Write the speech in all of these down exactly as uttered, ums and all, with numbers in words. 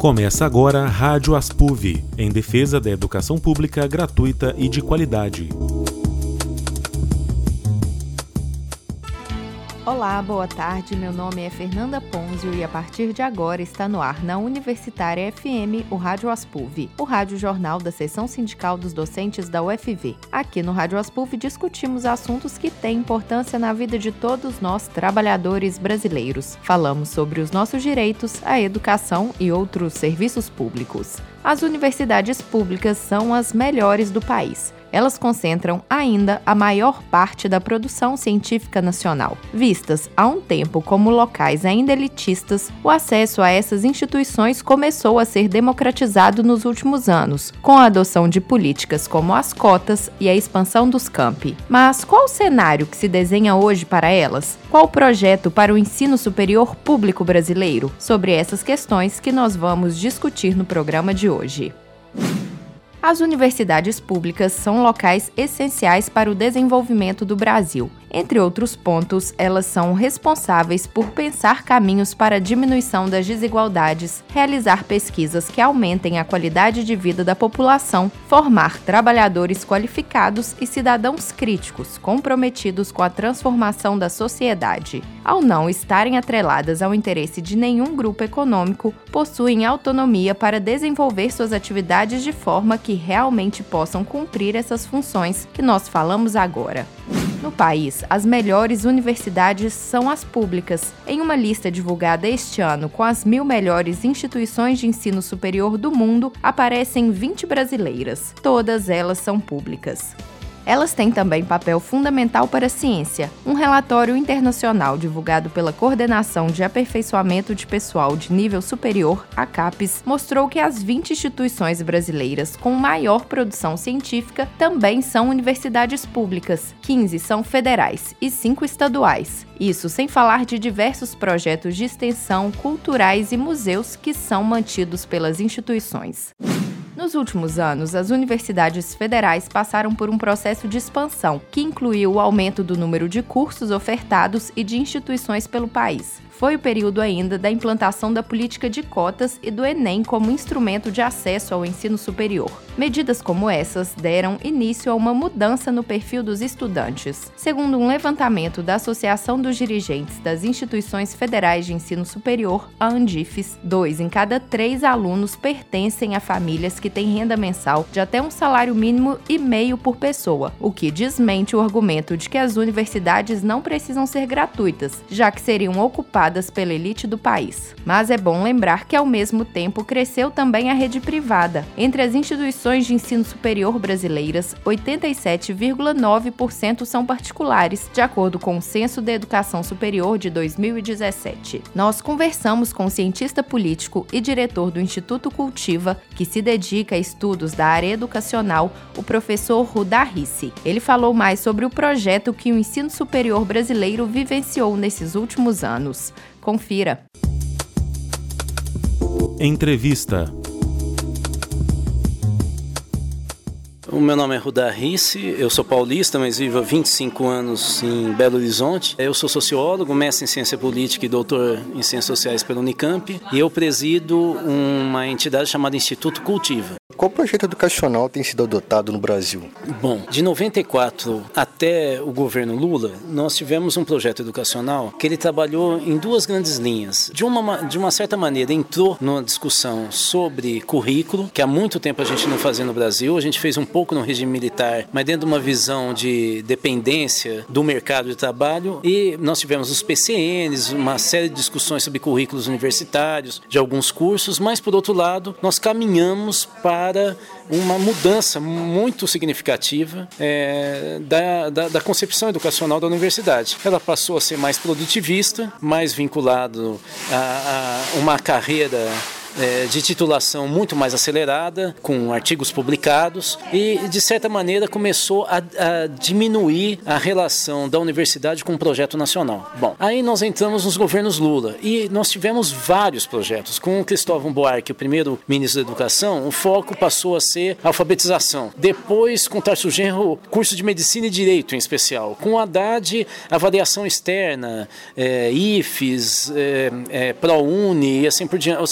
Começa agora a Rádio Aspuv, em defesa da educação pública gratuita e de qualidade. Olá, boa tarde. Meu nome é Fernanda Ponzio e a partir de agora está no ar na Universitária F M o Rádio Aspuv, o rádio jornal da Seção Sindical dos Docentes da U F V. Aqui no Rádio Aspuv discutimos assuntos que têm importância na vida de todos nós trabalhadores brasileiros. Falamos sobre os nossos direitos, a educação e outros serviços públicos. As universidades públicas são as melhores do país. Elas concentram ainda a maior parte da produção científica nacional. Vistas há um tempo como locais ainda elitistas, o acesso a essas instituições começou a ser democratizado nos últimos anos, com a adoção de políticas como as cotas e a expansão dos campi. Mas qual o cenário que se desenha hoje para elas? Qual o projeto para o ensino superior público brasileiro? Sobre essas questões que nós vamos discutir no programa de hoje. As universidades públicas são locais essenciais para o desenvolvimento do Brasil. Entre outros pontos, elas são responsáveis por pensar caminhos para a diminuição das desigualdades, realizar pesquisas que aumentem a qualidade de vida da população, formar trabalhadores qualificados e cidadãos críticos, comprometidos com a transformação da sociedade. Ao não estarem atreladas ao interesse de nenhum grupo econômico, possuem autonomia para desenvolver suas atividades de forma que realmente possam cumprir essas funções que nós falamos agora. No país, as melhores universidades são as públicas. Em uma lista divulgada este ano com as mil melhores instituições de ensino superior do mundo, aparecem vinte brasileiras. Todas elas são públicas. Elas têm também papel fundamental para a ciência. Um relatório internacional divulgado pela Coordenação de Aperfeiçoamento de Pessoal de Nível Superior, a CAPES, mostrou que as vinte instituições brasileiras com maior produção científica também são universidades públicas, quinze são federais e cinco estaduais. Isso sem falar de diversos projetos de extensão, culturais e museus que são mantidos pelas instituições. Nos últimos anos, as universidades federais passaram por um processo de expansão, que incluiu o aumento do número de cursos ofertados e de instituições pelo país. Foi o período ainda da implantação da política de cotas e do Enem como instrumento de acesso ao ensino superior. Medidas como essas deram início a uma mudança no perfil dos estudantes. Segundo um levantamento da Associação dos Dirigentes das Instituições Federais de Ensino Superior, a ANDIFES, dois em cada três alunos pertencem a famílias que têm renda mensal de até um salário mínimo e meio por pessoa, o que desmente o argumento de que as universidades não precisam ser gratuitas, já que seriam ocupadas pela elite do país. Mas é bom lembrar que, ao mesmo tempo, cresceu também a rede privada. Entre as instituições de ensino superior brasileiras, oitenta e sete vírgula nove por cento são particulares, de acordo com o Censo da Educação Superior de dois mil e dezessete. Nós conversamos com o cientista político e diretor do Instituto Cultiva, que se dedica a estudos da área educacional, o professor Rudá Rissi. Ele falou mais sobre o projeto que o ensino superior brasileiro vivenciou nesses últimos anos. Confira. Entrevista. O meu nome é Rudá Rissi, eu sou paulista, mas vivo há vinte e cinco anos em Belo Horizonte. Eu sou sociólogo, mestre em ciência política e doutor em ciências sociais pela Unicamp, e eu presido uma entidade chamada Instituto Cultiva. Qual projeto educacional tem sido adotado no Brasil? Bom, de noventa e quatro até o governo Lula, nós tivemos um projeto educacional que ele trabalhou em duas grandes linhas. De uma, de uma certa maneira, entrou numa discussão sobre currículo, que há muito tempo a gente não fazia no Brasil. A gente fez um pouco no regime militar, mas dentro de uma visão de dependência do mercado de trabalho. E nós tivemos os P C Ns, uma série de discussões sobre currículos universitários, de alguns cursos, mas, por outro lado, nós caminhamos para para uma mudança muito significativa é, da, da, da concepção educacional da universidade. Ela passou a ser mais produtivista, mais vinculado a, a uma carreira É, de titulação muito mais acelerada, com artigos publicados, e de certa maneira começou a, a diminuir a relação da universidade com o projeto nacional. Bom, aí nós entramos nos governos Lula e nós tivemos vários projetos. Com o Cristóvão Buarque, o primeiro ministro da Educação, o foco passou a ser a alfabetização. Depois, com Tarso Genro, curso de medicina e direito em especial. Com o Haddad, avaliação externa, é, I F E S, é, é, ProUni e assim por diante. Ou seja, nós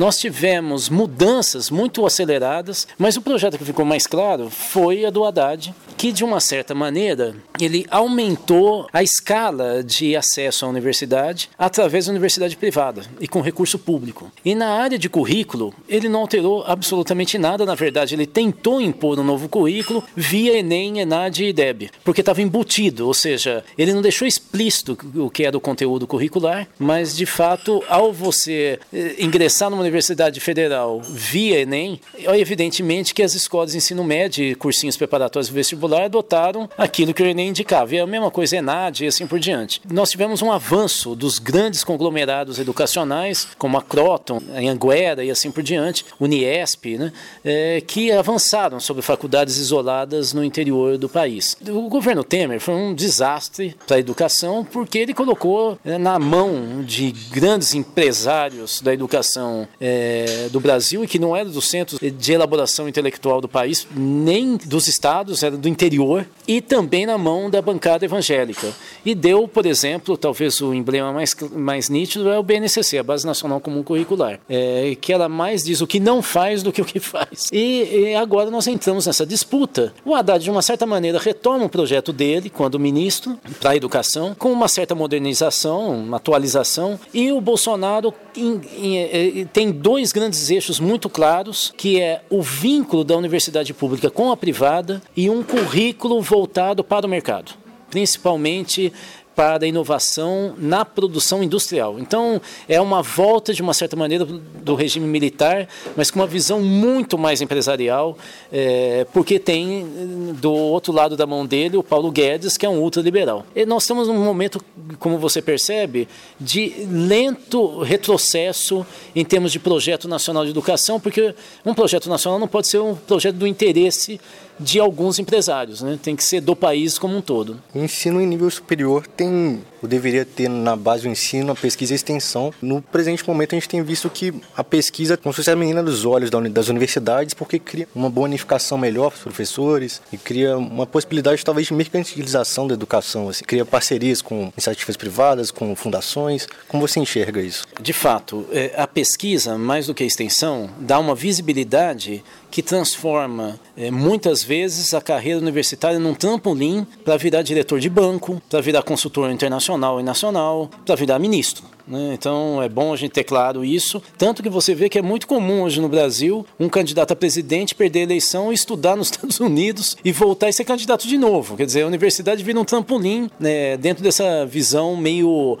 nós tivemos mudanças muito aceleradas, mas o projeto que ficou mais claro foi a do Haddad, que de uma certa maneira ele aumentou a escala de acesso à universidade através da universidade privada e com recurso público. E na área de currículo, ele não alterou absolutamente nada, na verdade ele tentou impor um novo currículo via Enem, ENAD e IDEB, porque estava embutido, ou seja, ele não deixou explícito o que era o conteúdo curricular, mas de fato, ao você ingressar numa universidade federal via Enem, evidentemente que as escolas de ensino médio e cursinhos preparatórios vestibular adotaram aquilo que o Enem indicava, e a mesma coisa ENAD e assim por diante. Nós tivemos um avanço dos grandes conglomerados educacionais, como a Croton, a Anhanguera e assim por diante, Uniesp, né, é, que avançaram sobre faculdades isoladas no interior do país. O governo Temer foi um desastre para a educação, porque ele colocou é, na mão de grandes empresários da educação é, do Brasil, e que não era dos centros de elaboração intelectual do país, nem dos estados, era do interior, e também na mão da bancada evangélica. E deu, por exemplo, talvez o emblema mais, mais nítido é o B N C C, a Base Nacional Comum Curricular, é, que ela mais diz o que não faz do que o que faz. E, e agora nós entramos nessa disputa. O Haddad, de uma certa maneira, retoma o projeto dele, quando ministro, para a educação, com uma certa modernização, uma atualização, e o Bolsonaro em, em, tem dois grandes eixos muito claros, que é o vínculo da universidade pública com a privada e um currículo voltado para o mercado, principalmente para a inovação na produção industrial. Então, é uma volta, de uma certa maneira, do regime militar, mas com uma visão muito mais empresarial, é, porque tem, do outro lado da mão dele, o Paulo Guedes, que é um ultraliberal. E nós estamos num momento, como você percebe, de lento retrocesso em termos de projeto nacional de educação, porque um projeto nacional não pode ser um projeto do interesse de alguns empresários, né? Tem que ser do país como um todo. O ensino em nível superior tem, ou deveria ter na base do ensino, a pesquisa e a extensão. No presente momento a gente tem visto que a pesquisa, como se fosse a menina dos olhos das universidades, porque cria uma bonificação melhor para os professores e cria uma possibilidade talvez de mercantilização da educação, assim, cria parcerias com iniciativas privadas, com fundações. Como você enxerga isso? De fato, a pesquisa, mais do que a extensão, dá uma visibilidade que transforma é, muitas vezes a carreira universitária num trampolim para virar diretor de banco, para virar consultor internacional e nacional, para virar ministro. Né? Então é bom a gente ter claro isso, tanto que você vê que é muito comum hoje no Brasil um candidato a presidente perder a eleição e estudar nos Estados Unidos e voltar e ser candidato de novo. Quer dizer, a universidade vira um trampolim, né, dentro dessa visão meio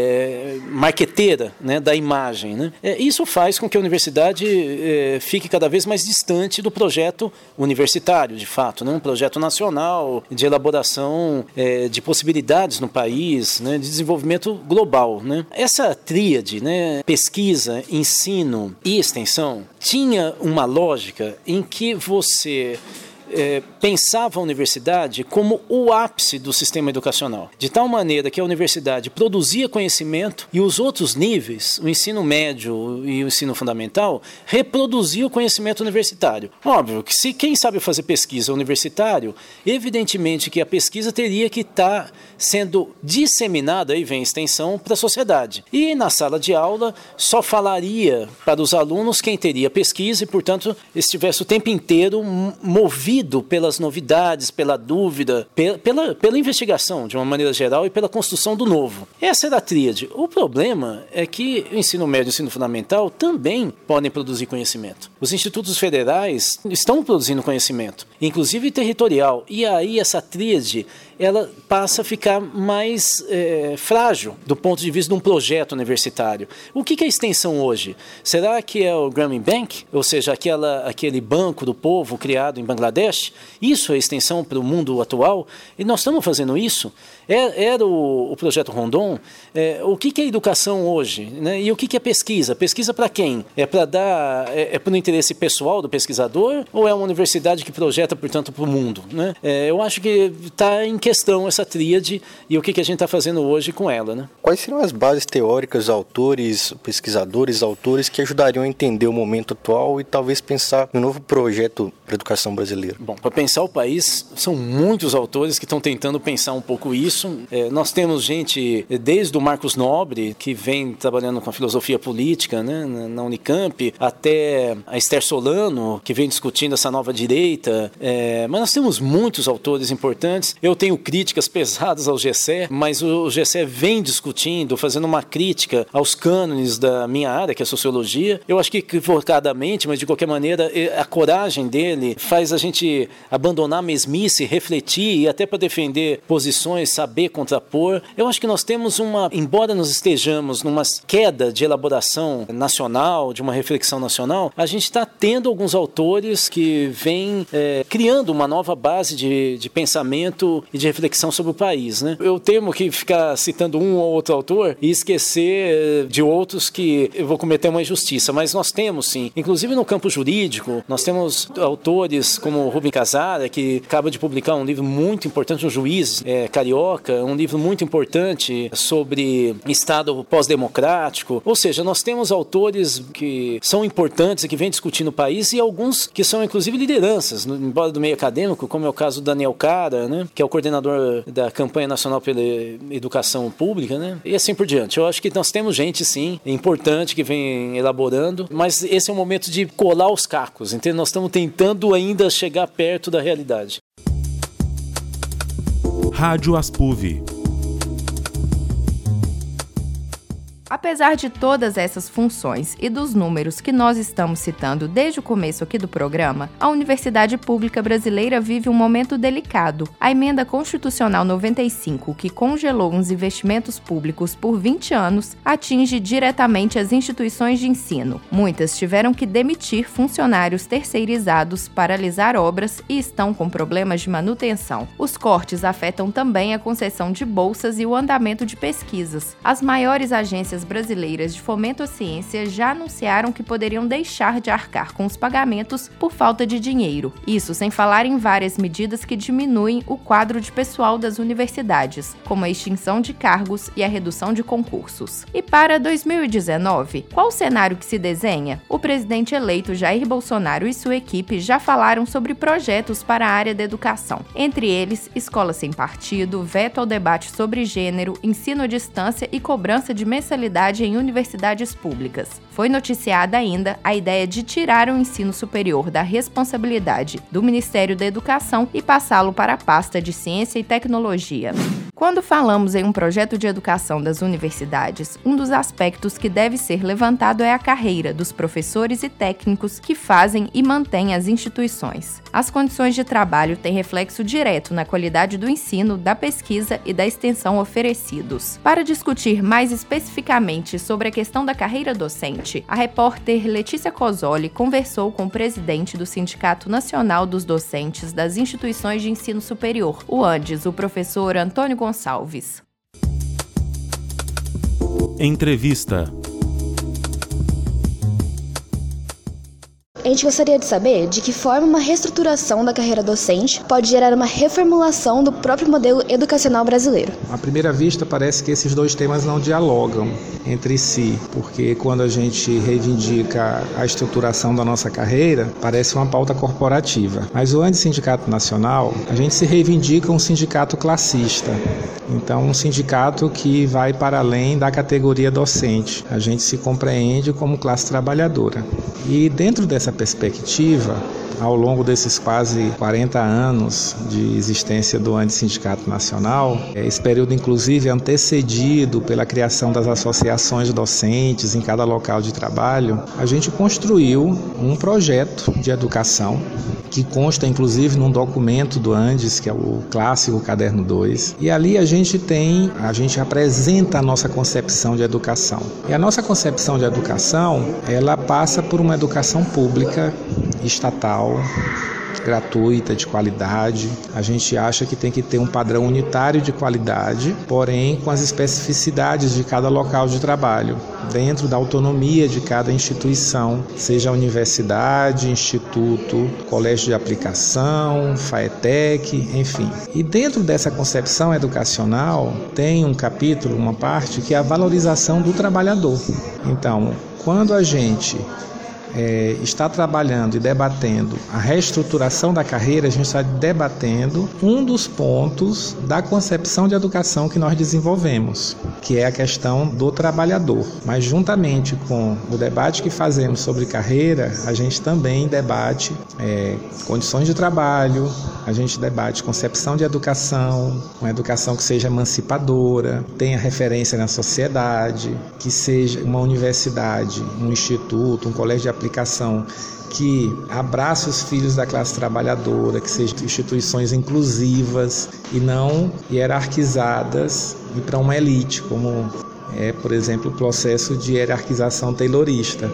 é, marqueteira, né, da imagem. Né? É, isso faz com que a universidade é, fique cada vez mais distante do projeto universitário, de fato, né? Um projeto nacional de elaboração é, de possibilidades no país, né, de desenvolvimento global. Né? Essa Essa tríade, né, pesquisa, ensino e extensão, tinha uma lógica em que você é, pensava a universidade como o ápice do sistema educacional, de tal maneira que a universidade produzia conhecimento e os outros níveis, o ensino médio e o ensino fundamental, reproduziam o conhecimento universitário. Óbvio que se quem sabe fazer pesquisa universitário, evidentemente que a pesquisa teria que estar sendo disseminada, aí vem a extensão, para a sociedade. E na sala de aula só falaria para os alunos quem teria pesquisa e, portanto, estivesse o tempo inteiro movido pelas novidades, pela dúvida, pela, pela, pela investigação, de uma maneira geral, e pela construção do novo. Essa era a tríade. O problema é que o ensino médio e o ensino fundamental também podem produzir conhecimento. Os institutos federais estão produzindo conhecimento, inclusive territorial, e aí essa tríade ela passa a ficar mais é, frágil do ponto de vista de um projeto universitário. O que é a extensão hoje? Será que é o Grameen Bank? Ou seja, aquela, aquele banco do povo criado em Bangladesh? Isso é a extensão para o mundo atual? E nós estamos fazendo isso? É, era o, o projeto Rondon? É, o que é educação hoje? Né? E o que é pesquisa? Pesquisa para quem? É para dar, é, é para o interesse pessoal do pesquisador? Ou é uma universidade que projeta, portanto, para o mundo? Né? É, eu acho que está em questão essa tríade e o que, que a gente está fazendo hoje com ela. Né? Quais seriam as bases teóricas, autores, pesquisadores, autores que ajudariam a entender o momento atual e talvez pensar no novo projeto para a educação brasileira? Bom, para pensar o país, são muitos autores que estão tentando pensar um pouco isso. isso. É, nós temos gente, desde o Marcos Nobre, que vem trabalhando com a filosofia política, né, na, na Unicamp, até a Esther Solano, que vem discutindo essa nova direita. É, mas nós temos muitos autores importantes. Eu tenho críticas pesadas ao Gessé, mas o Gessé vem discutindo, fazendo uma crítica aos cânones da minha área, que é a sociologia. Eu acho que equivocadamente, mas de qualquer maneira, a coragem dele faz a gente abandonar a mesmice, refletir e até para defender posições, saber contrapor. Eu acho que nós temos uma, embora nós estejamos numa queda de elaboração nacional, de uma reflexão nacional, a gente está tendo alguns autores que vêm é, criando uma nova base de, de pensamento e de reflexão sobre o país, né? Eu temo que ficar citando um ou outro autor e esquecer de outros que eu vou cometer uma injustiça, mas nós temos sim, inclusive no campo jurídico, nós temos autores como Rubem Casara, que acaba de publicar um livro muito importante, um juiz é, carioca, um livro muito importante sobre Estado pós-democrático. Ou seja, nós temos autores que são importantes e que vêm discutindo o país e alguns que são inclusive lideranças, embora do meio acadêmico, como é o caso do Daniel Cara, né, que é o coordenador da campanha nacional pela educação pública, né, e assim por diante. Eu acho que nós temos gente sim, importante, que vem elaborando, mas esse é um momento de colar os cacos, entende? Nós estamos tentando ainda chegar perto da realidade. Rádio Aspuv. Apesar de todas essas funções e dos números que nós estamos citando desde o começo aqui do programa, a Universidade Pública Brasileira vive um momento delicado. A Emenda Constitucional noventa e cinco, que congelou os investimentos públicos por vinte anos, atinge diretamente as instituições de ensino. Muitas tiveram que demitir funcionários terceirizados, paralisar obras e estão com problemas de manutenção. Os cortes afetam também a concessão de bolsas e o andamento de pesquisas. As maiores agências brasileiras de fomento à ciência já anunciaram que poderiam deixar de arcar com os pagamentos por falta de dinheiro. Isso sem falar em várias medidas que diminuem o quadro de pessoal das universidades, como a extinção de cargos e a redução de concursos. E para dois mil e dezenove, qual o cenário que se desenha? O presidente eleito Jair Bolsonaro e sua equipe já falaram sobre projetos para a área da educação. Entre eles, escola sem partido, veto ao debate sobre gênero, ensino à distância e cobrança de mensalidade em universidades públicas. Foi noticiada ainda a ideia de tirar o ensino superior da responsabilidade do Ministério da Educação e passá-lo para a pasta de Ciência e Tecnologia. Quando falamos em um projeto de educação das universidades, um dos aspectos que deve ser levantado é a carreira dos professores e técnicos que fazem e mantêm as instituições. As condições de trabalho têm reflexo direto na qualidade do ensino, da pesquisa e da extensão oferecidos. Para discutir mais especificamente sobre a questão da carreira docente, a repórter Letícia Cosoli conversou com o presidente do Sindicato Nacional dos Docentes das Instituições de Ensino Superior, o ANDES, o professor Antônio Gonçalves. Entrevista. A gente gostaria de saber de que forma uma reestruturação da carreira docente pode gerar uma reformulação do próprio modelo educacional brasileiro. À primeira vista, parece que esses dois temas não dialogam entre si, porque quando a gente reivindica a estruturação da nossa carreira, parece uma pauta corporativa. Mas o ANDES Sindicato Nacional, a gente se reivindica um sindicato classista. Então, um sindicato que vai para além da categoria docente. A gente se compreende como classe trabalhadora. E dentro dessa perspectiva, ao longo desses quase quarenta anos de existência do ANDES Sindicato Nacional, esse período inclusive antecedido pela criação das associações docentes em cada local de trabalho, a gente construiu um projeto de educação que consta inclusive num documento do ANDES, que é o clássico Caderno dois, e ali a gente tem, a gente apresenta a nossa concepção de educação. E a nossa concepção de educação, ela passa por uma educação pública, estatal, gratuita, de qualidade. A gente acha que tem que ter um padrão unitário de qualidade, porém com as especificidades de cada local de trabalho, dentro da autonomia de cada instituição, seja universidade, instituto, colégio de aplicação, FAETEC, enfim. E dentro dessa concepção educacional tem um capítulo, uma parte, que é a valorização do trabalhador. Então, quando a gente é, está trabalhando e debatendo a reestruturação da carreira, a gente está debatendo um dos pontos da concepção de educação que nós desenvolvemos, que é a questão do trabalhador. Mas juntamente com o debate que fazemos sobre carreira, a gente também debate é, condições de trabalho, a gente debate concepção de educação, uma educação que seja emancipadora, tenha referência na sociedade, que seja uma universidade, um instituto, um colégio de aplicação que abrace os filhos da classe trabalhadora, que sejam instituições inclusivas e não hierarquizadas e para uma elite, como é, por exemplo, o processo de hierarquização taylorista.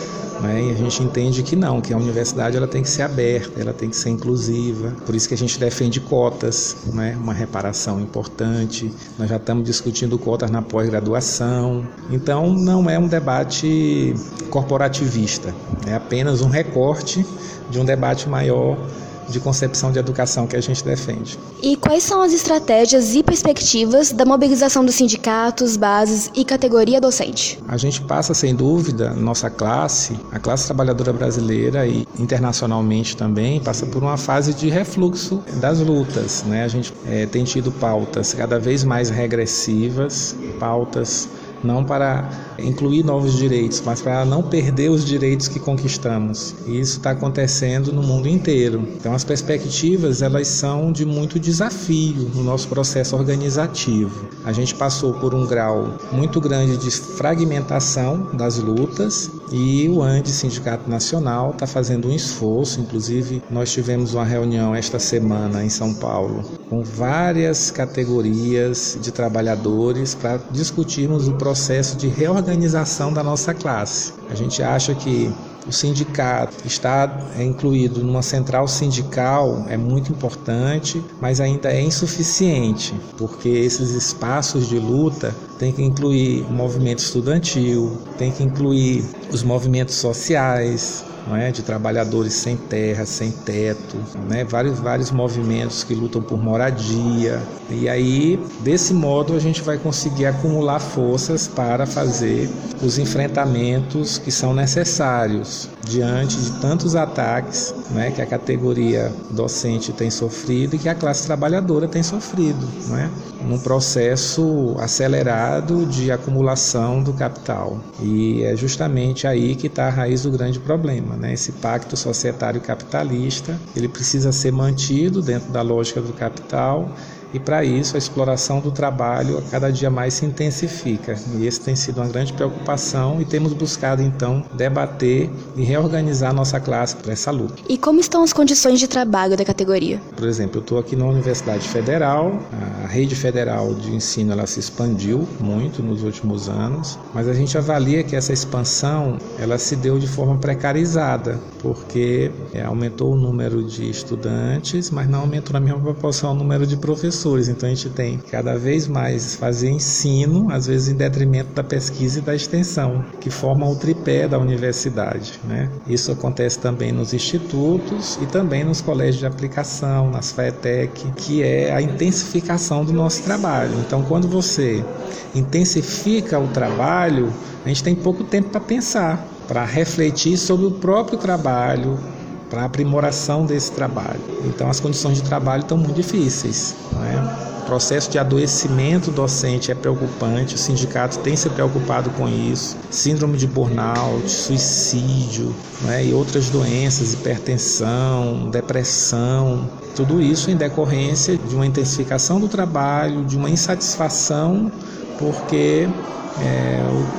Né? E a gente entende que não, que a universidade ela tem que ser aberta, ela tem que ser inclusiva, por isso que a gente defende cotas, né? Uma reparação importante, nós já estamos discutindo cotas na pós-graduação, então não é um debate corporativista, é apenas um recorte de um debate maior de concepção de educação que a gente defende. E quais são as estratégias e perspectivas da mobilização dos sindicatos, bases e categoria docente? A gente passa, sem dúvida, nossa classe, a classe trabalhadora brasileira e internacionalmente também, passa por uma fase de refluxo das lutas, né? A gente é, tem tido pautas cada vez mais regressivas, pautas não para incluir novos direitos, mas para não perder os direitos que conquistamos. E isso está acontecendo no mundo inteiro. Então as perspectivas elas são de muito desafio no nosso processo organizativo. A gente passou por um grau muito grande de fragmentação das lutas e o A N D, Sindicato Nacional, está fazendo um esforço. Inclusive nós tivemos uma reunião esta semana em São Paulo com várias categorias de trabalhadores para discutirmos o processo de reorganização da nossa classe. A gente acha que o sindicato está incluído numa central sindical é muito importante, mas ainda é insuficiente, porque esses espaços de luta têm que incluir o movimento estudantil, tem que incluir os movimentos sociais, não é? De trabalhadores sem terra, sem teto, né? vários, vários movimentos que lutam por moradia. E aí, desse modo, a gente vai conseguir acumular forças para fazer os enfrentamentos que são necessários diante de tantos ataques, né, que a categoria docente tem sofrido e que a classe trabalhadora tem sofrido, né, num processo acelerado de acumulação do capital. E é justamente aí que está a raiz do grande problema, né? Esse pacto societário capitalista, ele precisa ser mantido dentro da lógica do capital. E para isso a exploração do trabalho a cada dia mais se intensifica. E esse tem sido uma grande preocupação e temos buscado então debater e reorganizar nossa classe para essa luta. E como estão as condições de trabalho da categoria? Por exemplo, eu estou aqui na Universidade Federal, a rede federal de ensino ela se expandiu muito nos últimos anos, mas a gente avalia que essa expansão ela se deu de forma precarizada, porque é, aumentou o número de estudantes, mas não aumentou na mesma proporção o número de professores. Então a gente tem cada vez mais fazer ensino, às vezes em detrimento da pesquisa e da extensão, que formam o tripé da universidade, né? Isso acontece também nos institutos e também nos colégios de aplicação, nas FATEC, que é a intensificação do nosso trabalho. Então quando você intensifica o trabalho, a gente tem pouco tempo para pensar, para refletir sobre o próprio trabalho, para a aprimoração desse trabalho. Então as condições de trabalho estão muito difíceis, né? O processo de adoecimento docente é preocupante, o sindicato tem se preocupado com isso, síndrome de burnout, suicídio, né? E outras doenças, hipertensão, depressão, tudo isso em decorrência de uma intensificação do trabalho, de uma insatisfação, porque É,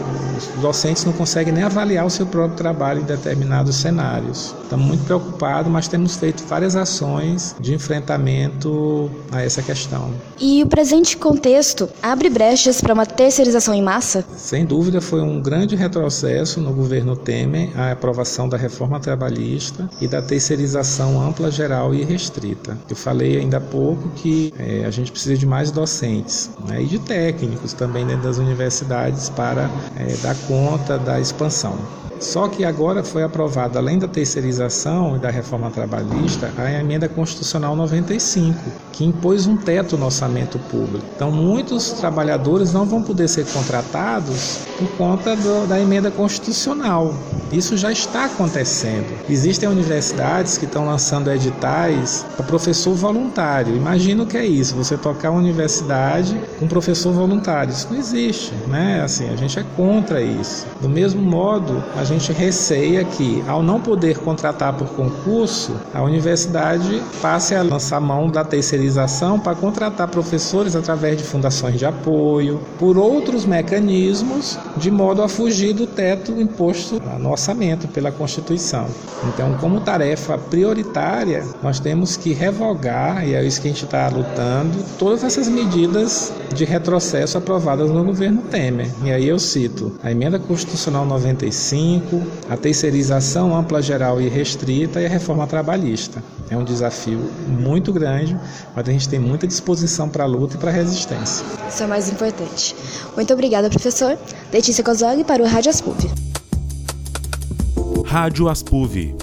os docentes não conseguem nem avaliar o seu próprio trabalho em determinados cenários. Estamos muito preocupados, mas temos feito várias ações de enfrentamento a essa questão. E o presente contexto abre brechas para uma terceirização em massa? Sem dúvida, foi um grande retrocesso no governo Temer a aprovação da reforma trabalhista e da terceirização ampla, geral e restrita. Eu falei ainda há pouco que é, a gente precisa de mais docentes, né, e de técnicos também dentro das universidades para é, dar conta da expansão. Só que agora foi aprovada, além da terceirização e da reforma trabalhista, a emenda constitucional noventa e cinco, que impôs um teto no orçamento público. Então, muitos trabalhadores não vão poder ser contratados por conta do, da emenda constitucional. Isso já está acontecendo. Existem universidades que estão lançando editais para professor voluntário. Imagina o que é isso, você tocar uma universidade com professor voluntário. Isso não existe, né? Assim, a gente é contra isso. Do mesmo modo, a gente receia que, ao não poder contratar por concurso, a universidade passe a lançar mão da terceirização para contratar professores através de fundações de apoio, por outros mecanismos, de modo a fugir do teto imposto no orçamento pela Constituição. Então, como tarefa prioritária, nós temos que revogar, e é isso que a gente está lutando, todas essas medidas de retrocesso aprovadas no governo Temer. E aí eu cito a Emenda Constitucional noventa e cinco, a terceirização ampla, geral e restrita e a reforma trabalhista. É um desafio muito grande, mas a gente tem muita disposição para a luta e para a resistência. Isso é o mais importante. Muito obrigada, professor. Letícia Kozoli para o Rádio Aspuv. Rádio Aspuv.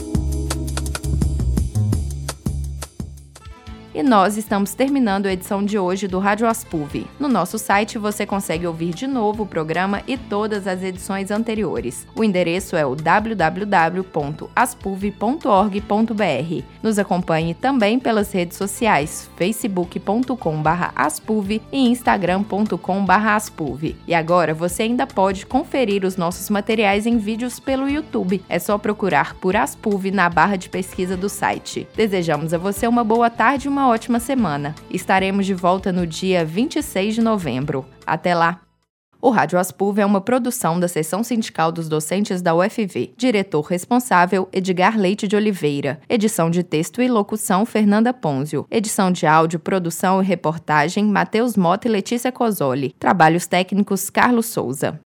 E nós estamos terminando a edição de hoje do Rádio Aspuv. No nosso site você consegue ouvir de novo o programa e todas as edições anteriores. O endereço é o w w w ponto aspuv ponto org ponto b r. Nos acompanhe também pelas redes sociais, facebook ponto com barra aspuv e instagram ponto com barra aspuv. E agora você ainda pode conferir os nossos materiais em vídeos pelo YouTube. É só procurar por Aspuv na barra de pesquisa do site. Desejamos a você uma boa tarde e uma ótima semana. Estaremos de volta no dia vinte e seis de novembro. Até lá! O Rádio Aspuv é uma produção da Seção Sindical dos Docentes da U F V. Diretor responsável, Edgar Leite de Oliveira. Edição de texto e locução, Fernanda Ponzio. Edição de áudio, produção e reportagem, Matheus Mota e Letícia Kozoli. Trabalhos técnicos, Carlos Souza.